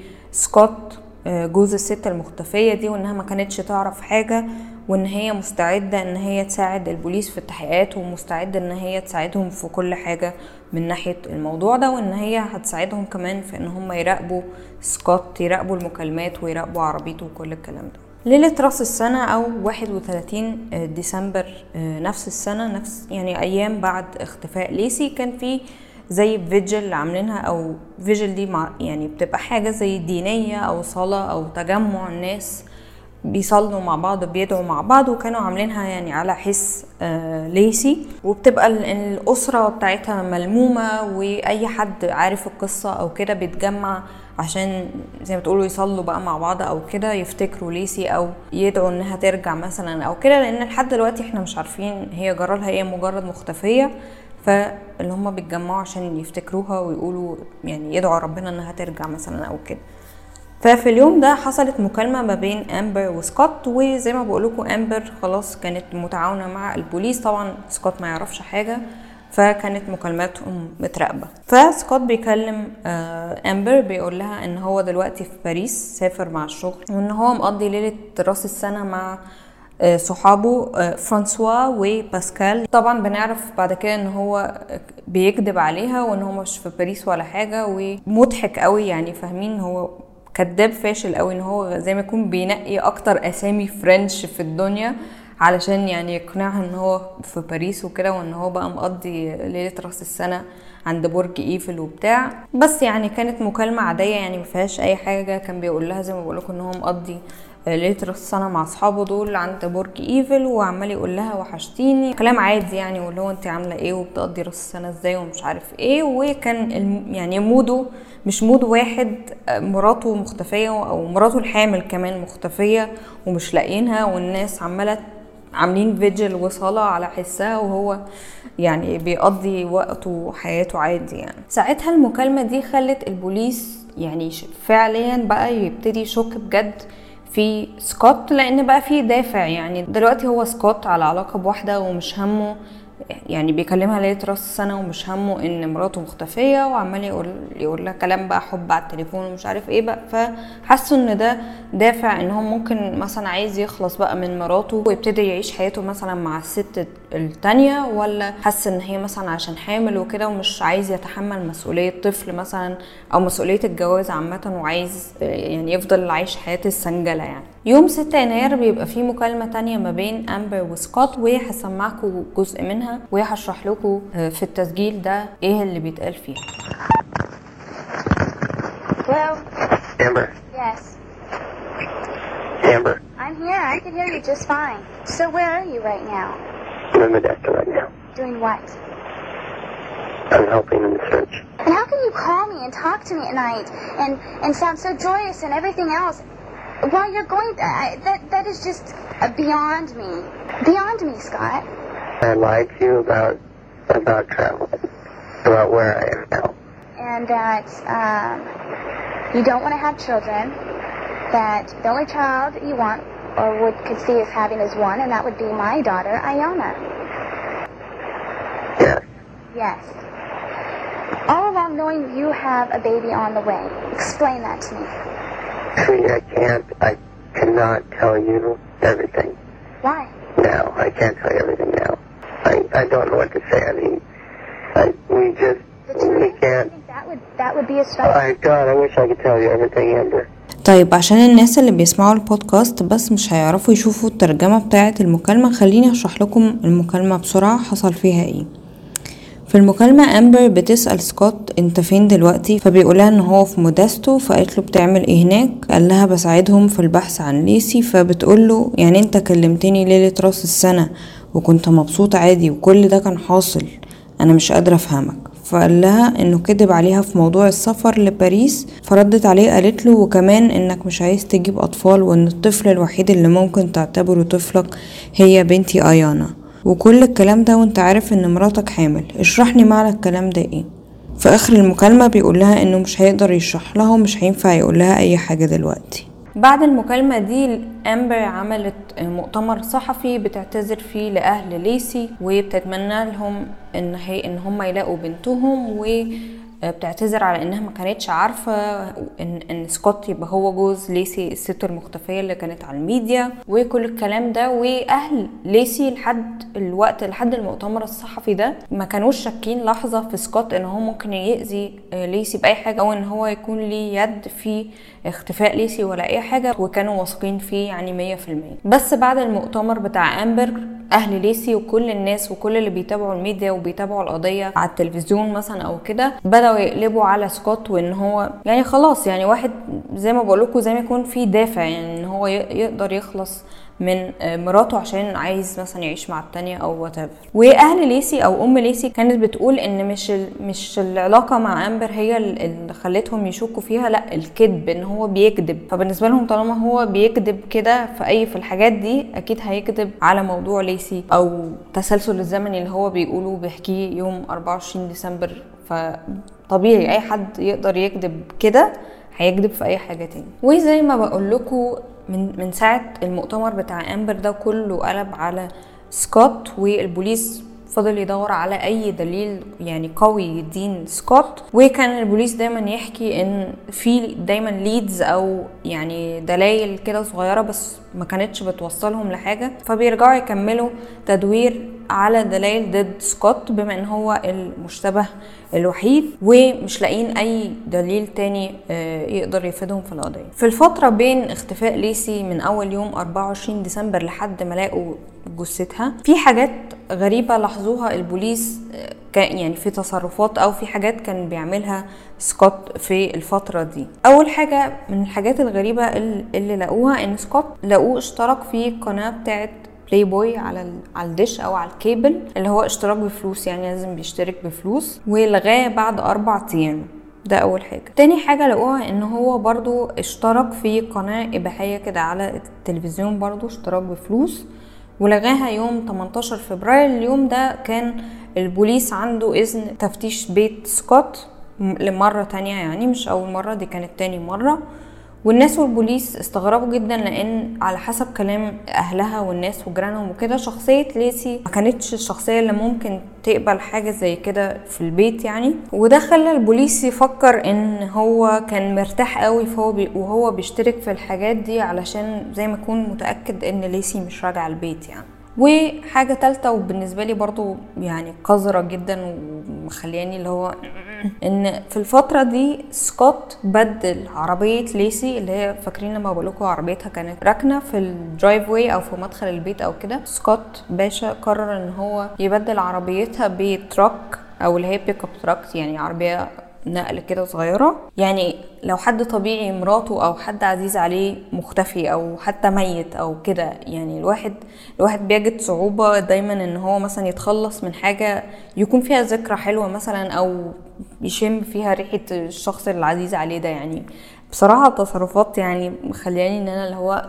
بسكوت جوز الست المختفيه دي، وانها ما كانتش تعرف حاجه، وان هي مستعده ان هي تساعد البوليس في التحقيقات ومستعده ان هي تساعدهم في كل حاجه من ناحيه الموضوع ده، وان هي هتساعدهم كمان في ان هم يراقبوا سكوت، يراقبوا المكالمات ويراقبوا عربيته وكل الكلام ده. ليله راس السنه او واحد وثلاثين ديسمبر نفس السنه، نفس يعني ايام بعد اختفاء ليسي، كان في زي فيجل عاملينها، او فيجل دي مع يعني بتبقى حاجه زي دينيه او صلاه او تجمع الناس بيصلوا مع بعض بيدعوا مع بعض، وكانوا عاملينها يعني على حس آه ليسي، وبتبقى الأسرة بتاعتها ملمومة وأي حد عارف القصة أو كده بيتجمع عشان زي ما تقولوا يصلوا بقى مع بعض أو كده، يفتكروا ليسي أو يدعوا إنها ترجع مثلا أو كده، لأن لحد دلوقتي إحنا مش عارفين هي جرالها إيه، مجرد مختفية، فاللي هم بيتجمعوا عشان يفتكروها ويقولوا يعني يدعوا ربنا إنها ترجع مثلا أو كده. ففي اليوم ده حصلت مكالمة ما بين امبر وسكوت، وزي ما بقولكم امبر خلاص كانت متعاونة مع البوليس، طبعا سكوت ما يعرفش حاجة، فكانت مكالماتهم متراقبة. فسكوت بيكلم امبر بيقول لها ان هو دلوقتي في باريس سافر مع الشغل، وان هو مقضي ليلة راس السنة مع صحابه فرانسوا وباسكال. طبعا بنعرف بعد كده ان هو بيكذب عليها وان هو مش في باريس ولا حاجة، ومضحك قوي يعني، فاهمين هو كداب فاشل قوي ان هو زي ما يكون بينقي اكتر اسامي فرنش في الدنيا علشان يعني يقنعها ان هو في باريس وكده، وان هو بقى مقضي ليله راس السنه عند برج ايفل وبتاع. بس يعني كانت مكالمه عاديه يعني ما فيهاش اي حاجه، كان بيقول لها زي ما بقول لكم ان هو مقضي ليله راس السنه مع اصحابه دول عند برج ايفل، وعمال يقول لها وحشتيني، كلام عادي يعني، واللي هو انت عامله ايه وبتقضي راس السنه ازاي ومش عارف ايه. وكان يعني موده مش مود واحد، مراته مختفيه او مراته الحامل كمان مختفيه ومش لاقيينها، والناس عماله عاملين فيجل وصلاة على حسها، وهو يعني بيقضي وقته وحياته عادي يعني. ساعتها المكالمة دي خلت البوليس يعني فعليا بقى يبتدي يشك بجد في سكوت، لان بقى في دافع يعني. دلوقتي هو سكوت على علاقة بواحدة ومش همه يعني، بيكلمها ليله راس السنه ومش همه ان مراته مختفيه، وعمال يقول يقول لها كلام بقى حب على التليفون ومش عارف ايه بقى. فحسوا ان ده دافع ان هو ممكن مثلا عايز يخلص بقى من مراته ويبتدي يعيش حياته مثلا مع الست التانية، ولا حس ان هي مثلا عشان حامل وكده ومش عايز يتحمل مسؤوليه طفل مثلا او مسؤوليه الجواز عامه، وعايز يعني يفضل عايش حياه السنجله يعني. يوم ستة يناير بيبقى فيه مكالمة تانية ما بين امبر وسكوت، وهسمعكم جزء منها وهشرح لكم في التسجيل ده ايه اللي بيتقال فيه. Hello? Amber? Yes. hear you just fine. So where are you right now? I'm in Modesto right now. Doing what? I'm helping in the search. And how can you call me and talk to me at night and, and sound so joyous and everything else while you're going... I, that, that is just uh, beyond me. Beyond me, Scott. I lied to you about, about travel, about where I am now. And that um, you don't want to have children, that the only child you want or would could see as having is one, and that would be my daughter, Ayana. Yes. Yes. All along knowing you have a baby on the way. Explain that to me. Sweetie, I can't, I cannot tell you everything. Why? Now, I can't tell you everything now. I, I don't know what to say. I mean, I, we just, The truth, we I can't. think that would, that would be a struggle. Oh, God, I wish I could tell you everything, Amber. طيب عشان الناس اللي بيسمعوا البودكاست بس مش هيعرفوا يشوفوا الترجمة بتاعة المكالمة، خليني اشرح لكم المكالمة بسرعة حصل فيها ايه. في المكالمة أمبر بتسأل سكوت انت فين دلوقتي، فبيقولها ان هو في مودستو، فقالت له بتعمل ايه هناك، قال لها بساعدهم في البحث عن ليسي، فبتقول له يعني انت كلمتني ليلة راس السنة وكنت مبسوط عادي وكل ده كان حاصل، انا مش قادرة افهمك. فقال لها انه كذب عليها في موضوع السفر لباريس، فردت عليه قالت له وكمان انك مش عايز تجيب اطفال، وان الطفل الوحيد اللي ممكن تعتبره طفلك هي بنتي ايانا، وكل الكلام ده وانت عارف ان مراتك حامل، اشرحني معنى الكلام ده ايه. في اخر المكالمة بيقول لها انه مش هيقدر يشرح لها ومش هينفع يقول لها اي حاجة دلوقتي. بعد المكالمة دي أمبر عملت مؤتمر صحفي بتعتذر فيه لأهل ليسي وبتتمنى لهم إن هي إن هم يلاقوا بنتهم، وبتعتذر على إنها ما كانتش عارفة إن إن سكوت يبقى هو جوز ليسي الست المختفية اللي كانت على الميديا وكل الكلام ده. وأهل ليسي لحد الوقت لحد المؤتمر الصحفي ده ما كانوش شاكين لحظة في سكوت إن هو ممكن يأذي ليسي بأي حاجة أو إن هو يكون ليه يد في اختفاء ليسي ولا اي حاجة، وكانوا واثقين فيه يعني مية في المية. بس بعد المؤتمر بتاع أمبر اهل ليسي وكل الناس وكل اللي بيتابعوا الميديا وبيتابعوا القضية على التلفزيون مثلا او كده بدأوا يقلبوا على سكوت، وان هو يعني خلاص يعني واحد زي ما بقولكوا زي ما يكون في دافع يعني ان هو يقدر يخلص من مراته عشان عايز مثلا يعيش مع التانية او whatever. واهل ليسي او ام ليسي كانت بتقول ان مش مش العلاقة مع أمبر هي اللي خلتهم يشوكوا فيها، لا الكذب، ان هو بيكذب. فبالنسبة لهم طالما هو بيكذب كده في اي في الحاجات دي اكيد هيكذب على موضوع ليسي او تسلسل الزمني اللي هو بيقولوا بيحكيه يوم أربعة وعشرين ديسمبر. فطبيعي اي حد يقدر يكذب كده هيكذب في اي حاجة تاني. وزي ما بقول لكم من من ساعه المؤتمر بتاع أمبر ده كله قلب على سكوت، والبوليس فضل يدور على اي دليل يعني قوي يدين سكوت. وكان البوليس دايما يحكي ان في دايما ليدز او يعني دلائل كده صغيره بس ما كانتش بتوصلهم لحاجه، فبيرجعوا يكملوا تدوير على دلائل ضد سكوت بما ان هو المشتبه الوحيد، ومش لاقيين اي دليل تاني يقدر يفيدهم في القضيه. في الفتره بين اختفاء ليسي من اول يوم أربعة وعشرين ديسمبر لحد ما لاقوا جثتها في حاجات غريبه لاحظوها البوليس يعني في تصرفات او في حاجات كان بيعملها سكوت في الفتره دي. اول حاجه من الحاجات الغريبه اللي لقوها ان سكوت لقوه اشترك في قناه بتاعت بلاي بوي على على الدش او على الكيبل اللي هو اشتراك بفلوس، يعني لازم بيشترك بفلوس، ولغاه بعد اربع ايام. ده اول حاجه. تاني حاجه لقوها ان هو برضو اشترك في قناه اباحيه كده على التلفزيون برضو اشتراك بفلوس، ولغاها يوم تمنتاشر فبراير. اليوم ده كان البوليس عنده اذن تفتيش بيت سكوت لمره تانية، يعني مش اول مره، دي كانت تاني مره. والناس والبوليس استغربوا جدا لان على حسب كلام اهلها والناس وجيرانهم وكده شخصيه ليسي ما كانتش الشخصيه اللي ممكن تقبل حاجه زي كده في البيت يعني. وده خلى البوليس يفكر ان هو كان مرتاح قوي فهو بي وهو بيشترك في الحاجات دي علشان زي ما يكون متاكد ان ليسي مش راجعه البيت يعني. وحاجه ثالثه وبالنسبه لي برضو يعني قذره جدا ومخلياني اللي هو ان في الفتره دي سكوت بدل عربيه ليسي اللي هي فاكرين لما بقول لكم عربيتها كانت راكنه في الدرايف واي او في مدخل البيت او كده، سكوت باشا قرر ان هو يبدل عربيتها بتراك او اللي هي بيك اب تراك، يعني عربيه نقل كده صغيرة. يعني لو حد طبيعي مراته او حد عزيز عليه مختفي او حتى ميت او كده، يعني الواحد الواحد بيجد صعوبة دايما ان هو مثلا يتخلص من حاجة يكون فيها ذكرى حلوة مثلا، او يشم فيها ريحة الشخص العزيز عليه ده. يعني بصراحة تصرفات يعني مخلياني ان انا اللي هو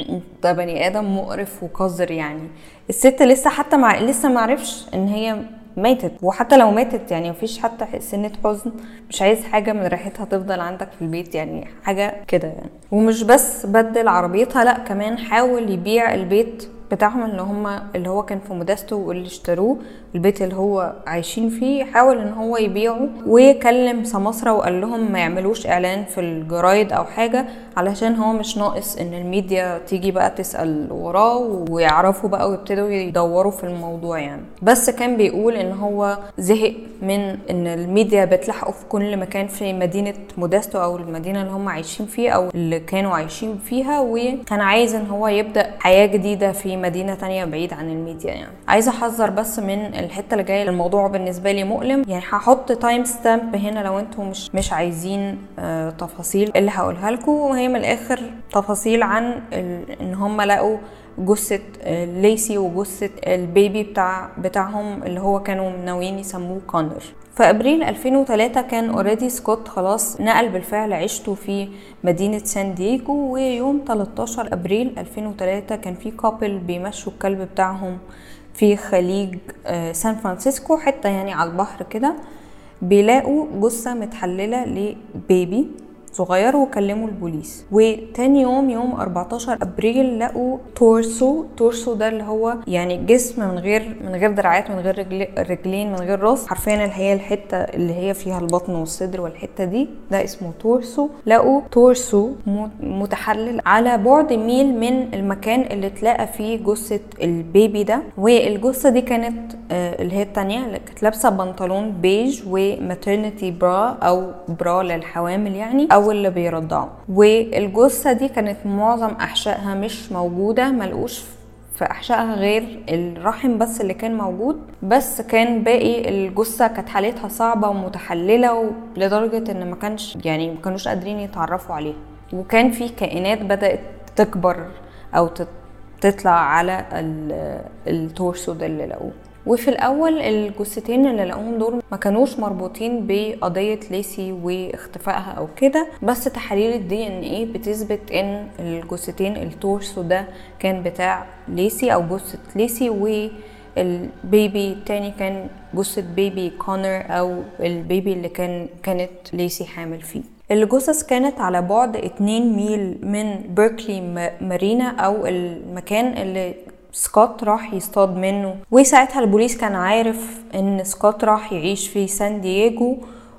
ده بني ادم مقرف وقذر. يعني الست لسه حتى مع لسه معرفش ان هي ماتت، وحتى لو ماتت يعني مفيش حتى سنة حزن، مش عايز حاجة من ريحتها تفضل عندك في البيت، يعني حاجة كده يعني. ومش بس بدل عربيتها، لا كمان حاول يبيع البيت بتاعهم اللي هم اللي هو كان في مودستو واللي اشتروه، البيت اللي هو عايشين فيه، حاول ان هو يبيعه. وكلم سماسرة وقال لهم ما يعملوش اعلان في الجرايد او حاجة، علشان هو مش ناقص ان الميديا تيجي بقى تسأل وراه ويعرفوا بقى ويبتدوا يدوروا في الموضوع يعني. بس كان بيقول ان هو زهق من ان الميديا بتلحقوا في كل مكان في مدينة مودستو او المدينة اللي هم عايشين فيه او اللي كانوا عايشين فيها، وكان عايز ان هو يبدأ حياة جديدة في مدينة تانية بعيد عن الميديا يعني. عايزة احذر بس من الحتة اللي جاية، الموضوع بالنسبة لي مؤلم يعني. هحط تايم ستامب هنا لو انتم مش مش عايزين آه تفاصيل اللي هقولها لكم، وهي من الاخر تفاصيل عن ان هم لقوا جثة ليسي وجثة البيبي بتاع بتاعهم اللي هو كانوا ناويين يسموه كونر. في ابريل ألفين وثلاثة كان اوريدي سكوت خلاص نقل بالفعل عيشته في مدينة سان دييغو، ويوم ثلاثة عشر أبريل ألفين وثلاثة كان في كابل بيمشوا الكلب بتاعهم في خليج سان فرانسيسكو، حتى يعني على البحر كده، بيلاقوا جثة متحللة لبيبي صغير وكلموا البوليس. وتاني يوم يوم أربعتاشر أبريل لقوا تورسو. تورسو ده اللي هو يعني جسم من غير من غير دراعات، من غير رجل رجلين، من غير راس، حرفيا اللي هي الحته اللي هي فيها البطن والصدر والحته دي، ده اسمه تورسو. لقوا تورسو متحلل على بعد ميل من المكان اللي اتلاقى فيه جثه البيبي ده. والجثه دي كانت اللي هي الثانيه اللي كانت لابسه بنطلون بيج وماترنتي برا او برا للحوامل يعني او اللي بيرضعوا. والجثه دي كانت معظم احشائها مش موجوده، ملقوش في احشائها غير الرحم بس اللي كان موجود، بس كان باقي الجثه كانت حالتها صعبه ومتحلله لدرجه ان ما كانش يعني ما كانوش قادرين يتعرفوا عليها. وكان في كائنات بدات تكبر او تطلع على التورسو ده اللي لقوه. وفي الاول الجثتين اللي لقوهم دول ما كانوش مربوطين بقضيه ليسي واختفائها او كده، بس تحاليل الدي ان ايه بتثبت ان الجثتين التورسو ده كان بتاع ليسي او جثه ليسي، والبيبي التاني كان جثه بيبي كونر او البيبي اللي كان كانت ليسي حامل فيه. الجثث كانت على بعد اتنين ميل من بيركلي مارينا او المكان اللي سكوت راح يصطاد منه. وساعتها البوليس كان عارف ان سكوت راح يعيش في سان دييغو،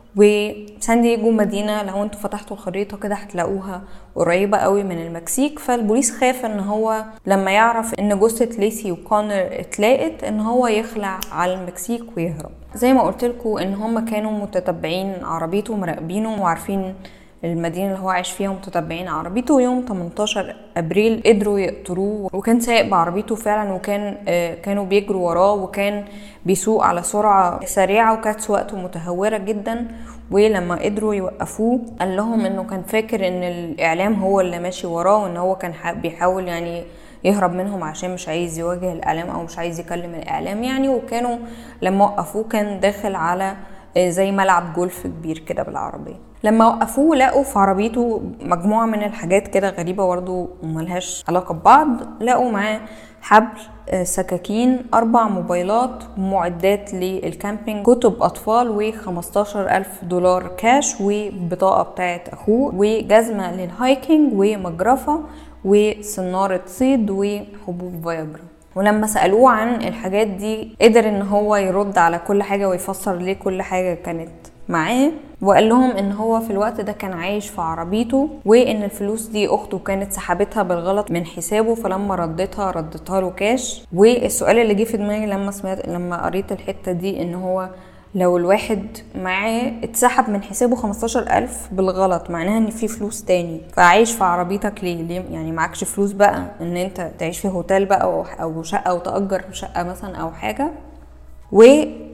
وسان دييغو مدينة لو انتوا فتحتوا الخريطة كده هتلاقوها قريبة قوي من المكسيك. فالبوليس خاف ان هو لما يعرف ان جثة ليسي وكونر اتلاقت ان هو يخلع على المكسيك ويهرب. زي ما قلت لكم ان هم كانوا متتبعين عربيته مراقبينه وعارفين المدينة اللي هو عايش فيها متتبعين عربيته. يوم تمنتاشر أبريل قدروا يقتلوه، وكان سايق بعربيته فعلا، وكان آه كانوا بيجروا وراه، وكان بيسوق على سرعة سريعة، وكانت سواقته متهورة جدا. ولما قدروا يوقفوه قال لهم انه كان فاكر ان الاعلام هو اللي ماشي وراه، وان هو كان بيحاول يعني يهرب منهم عشان مش عايز يواجه الاعلام او مش عايز يكلم الاعلام يعني. وكانوا لما وقفوه كان داخل على زي ملعب جولف كبير كده بالعربية. لما وقفوه لقوا في عربيته مجموعة من الحاجات كده غريبة برضو وملهاش علاقة ببعض. لقوا معاه حبل، سكاكين، أربع موبايلات، معدات للكامبينج، كتب أطفال، وخمستاشر ألف دولار كاش، وبطاقة بتاعت أخوه، وجزمة للهايكينج، ومجرفة، وسنارة صيد، وحبوب فياجرا. ولما سألوه عن الحاجات دي قدر ان هو يرد على كل حاجة ويفسر ليه كل حاجة كانت معاه. وقال لهم ان هو في الوقت ده كان عايش في عربيته، وان الفلوس دي اخته كانت سحبتها بالغلط من حسابه، فلما ردتها ردتها له كاش. والسؤال اللي جه في دماغي لما سمعت لما قريت الحتة دي ان هو لو الواحد معاه اتسحب من حسابه خمستاشر ألف بالغلط، معناها ان في فلوس تاني، فعايش في عربيتك ليه؟ ليه يعني معكش فلوس بقى ان انت تعيش في هوتيل بقى او شقة وتأجر شقة مثلا او حاجة؟ و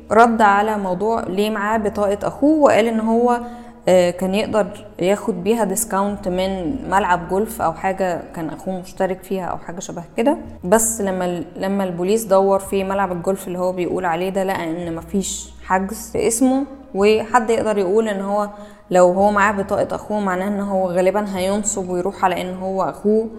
ورد على موضوع ليه معاه بطاقة اخوه، وقال ان هو كان يقدر ياخد بيها ديسكاونت من ملعب جولف او حاجه كان اخوه مشترك فيها او حاجه شبه كده. بس لما لما البوليس دور في ملعب الجولف اللي هو بيقول عليه ده، لقى ان مفيش حجز باسمه. وحد يقدر يقول ان هو لو هو معاه بطاقه اخوه معناه ان هو غالبا هينصب ويروح على ان هو اخوه،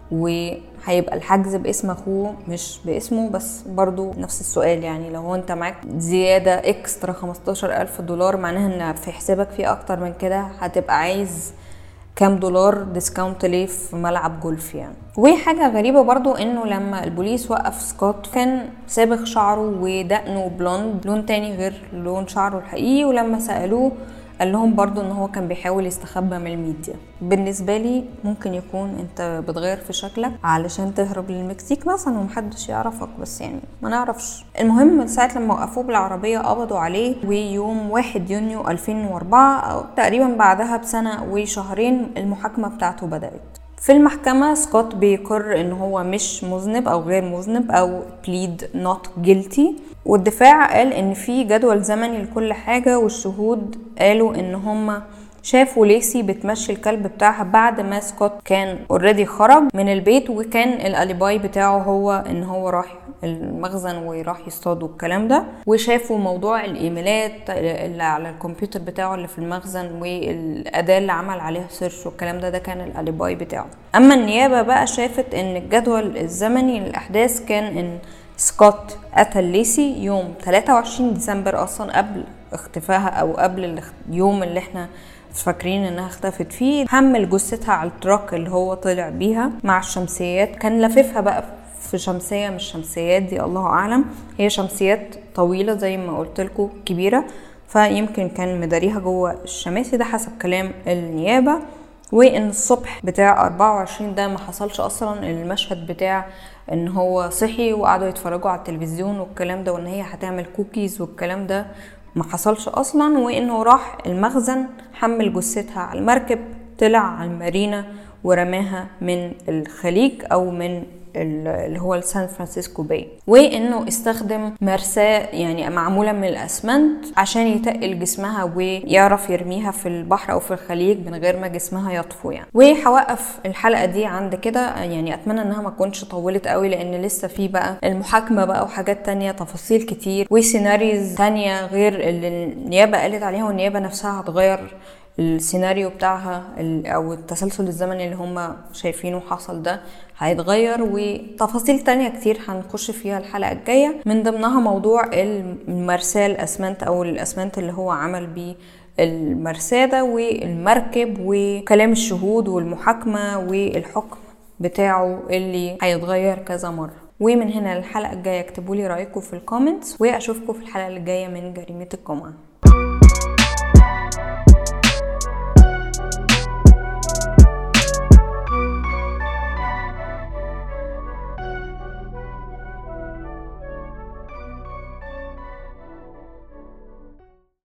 وهيبقى الحجز باسم اخوه مش باسمه. بس برضو نفس السؤال، يعني لو انت معاك زيادة اكسترا خمستاشر الف دولار، معناها ان في حسابك في اكتر من كده، هتبقى عايز كام دولار ديسكاونت ليه في ملعب جولف يعني. وحاجة غريبة برضو انه لما البوليس وقف سكوت كان صابغ شعره ودقنه بلوند، لون تاني غير لون شعره الحقيقي. ولما سألوه قال لهم برضو ان هو كان بيحاول يستخبى من الميديا. بالنسبة لي ممكن يكون انت بتغير في شكلك علشان تهرب للمكسيك مثلا ومحدش يعرفك، بس يعني ما نعرفش. المهم ساعة لما وقفوه بالعربية قبضوا عليه، ويوم واحد يونيو ألفين وأربعة او تقريبا بعدها بسنة وشهرين المحاكمة بتاعته بدأت. في المحكمة سكوت بيقر ان هو مش مذنب او غير مذنب او plead not guilty، والدفاع قال ان في جدول زمني لكل حاجة، والشهود قالوا ان هم شافوا ليسي بتمشي الكلب بتاعها بعد ما سكوت كان اوريدي خرج من البيت، وكان الاليباي بتاعه هو ان هو راح المخزن وراح يصطاد والكلام ده. وشافوا موضوع الايميلات اللي على الكمبيوتر بتاعه اللي في المخزن والاداه اللي عمل عليها سيرش والكلام ده، ده كان الاليباي بتاعه. اما النيابه بقى شافت ان الجدول الزمني للاحداث كان ان سكوت قتل ليسي يوم تلاتة وعشرين ديسمبر اصلا قبل اختفائها او قبل اليوم اللي احنا فاكرين انها اختفت فيه. حمل جثتها على التراك اللي هو طلع بيها مع الشمسيات، كان لففها بقى في شمسية مش شمسيات دي الله اعلم، هي شمسيات طويلة زي ما قلت لكم كبيرة، فيمكن كان مداريها جوه الشماسي ده حسب كلام النيابة. وان الصبح بتاع أربعة وعشرين ده ما حصلش اصلا المشهد بتاع ان هو صحي وقعدوا يتفرجوا على التلفزيون والكلام ده، وان هي هتعمل كوكيز والكلام ده ما حصلش اصلا. وانه راح المخزن حمل جثتها على المركب، طلع على المارينا ورماها من الخليج او من اللي هو السان فرانسيسكو باي. وانه استخدم مرساة يعني معمولة من الاسمنت عشان يتقل جسمها ويعرف يرميها في البحر او في الخليج من غير ما جسمها يطفو يعني. وهوقف الحلقة دي عند كده، يعني اتمنى انها ما تكونش طولت قوي لان لسه في بقى المحاكمة بقى وحاجات تانية تفاصيل كتير وسيناريوز تانية غير اللي النيابة قالت عليها، والنيابة نفسها هتغير السيناريو بتاعها او التسلسل الزمني اللي هم شايفينه حصل ده هيتغير. وتفاصيل تانية كتير هنخش فيها الحلقة الجاية، من ضمنها موضوع المرساة الاسمنت او الاسمنت اللي هو عمل بيه المرساة ده، والمركب، وكلام الشهود والمحاكمة والحكم بتاعه اللي هيتغير كذا مرة. ومن هنا الحلقة الجاية اكتبوا لي رأيكم في الكومنتس، واشوفكم في الحلقة الجاية من جريمة الجمعة.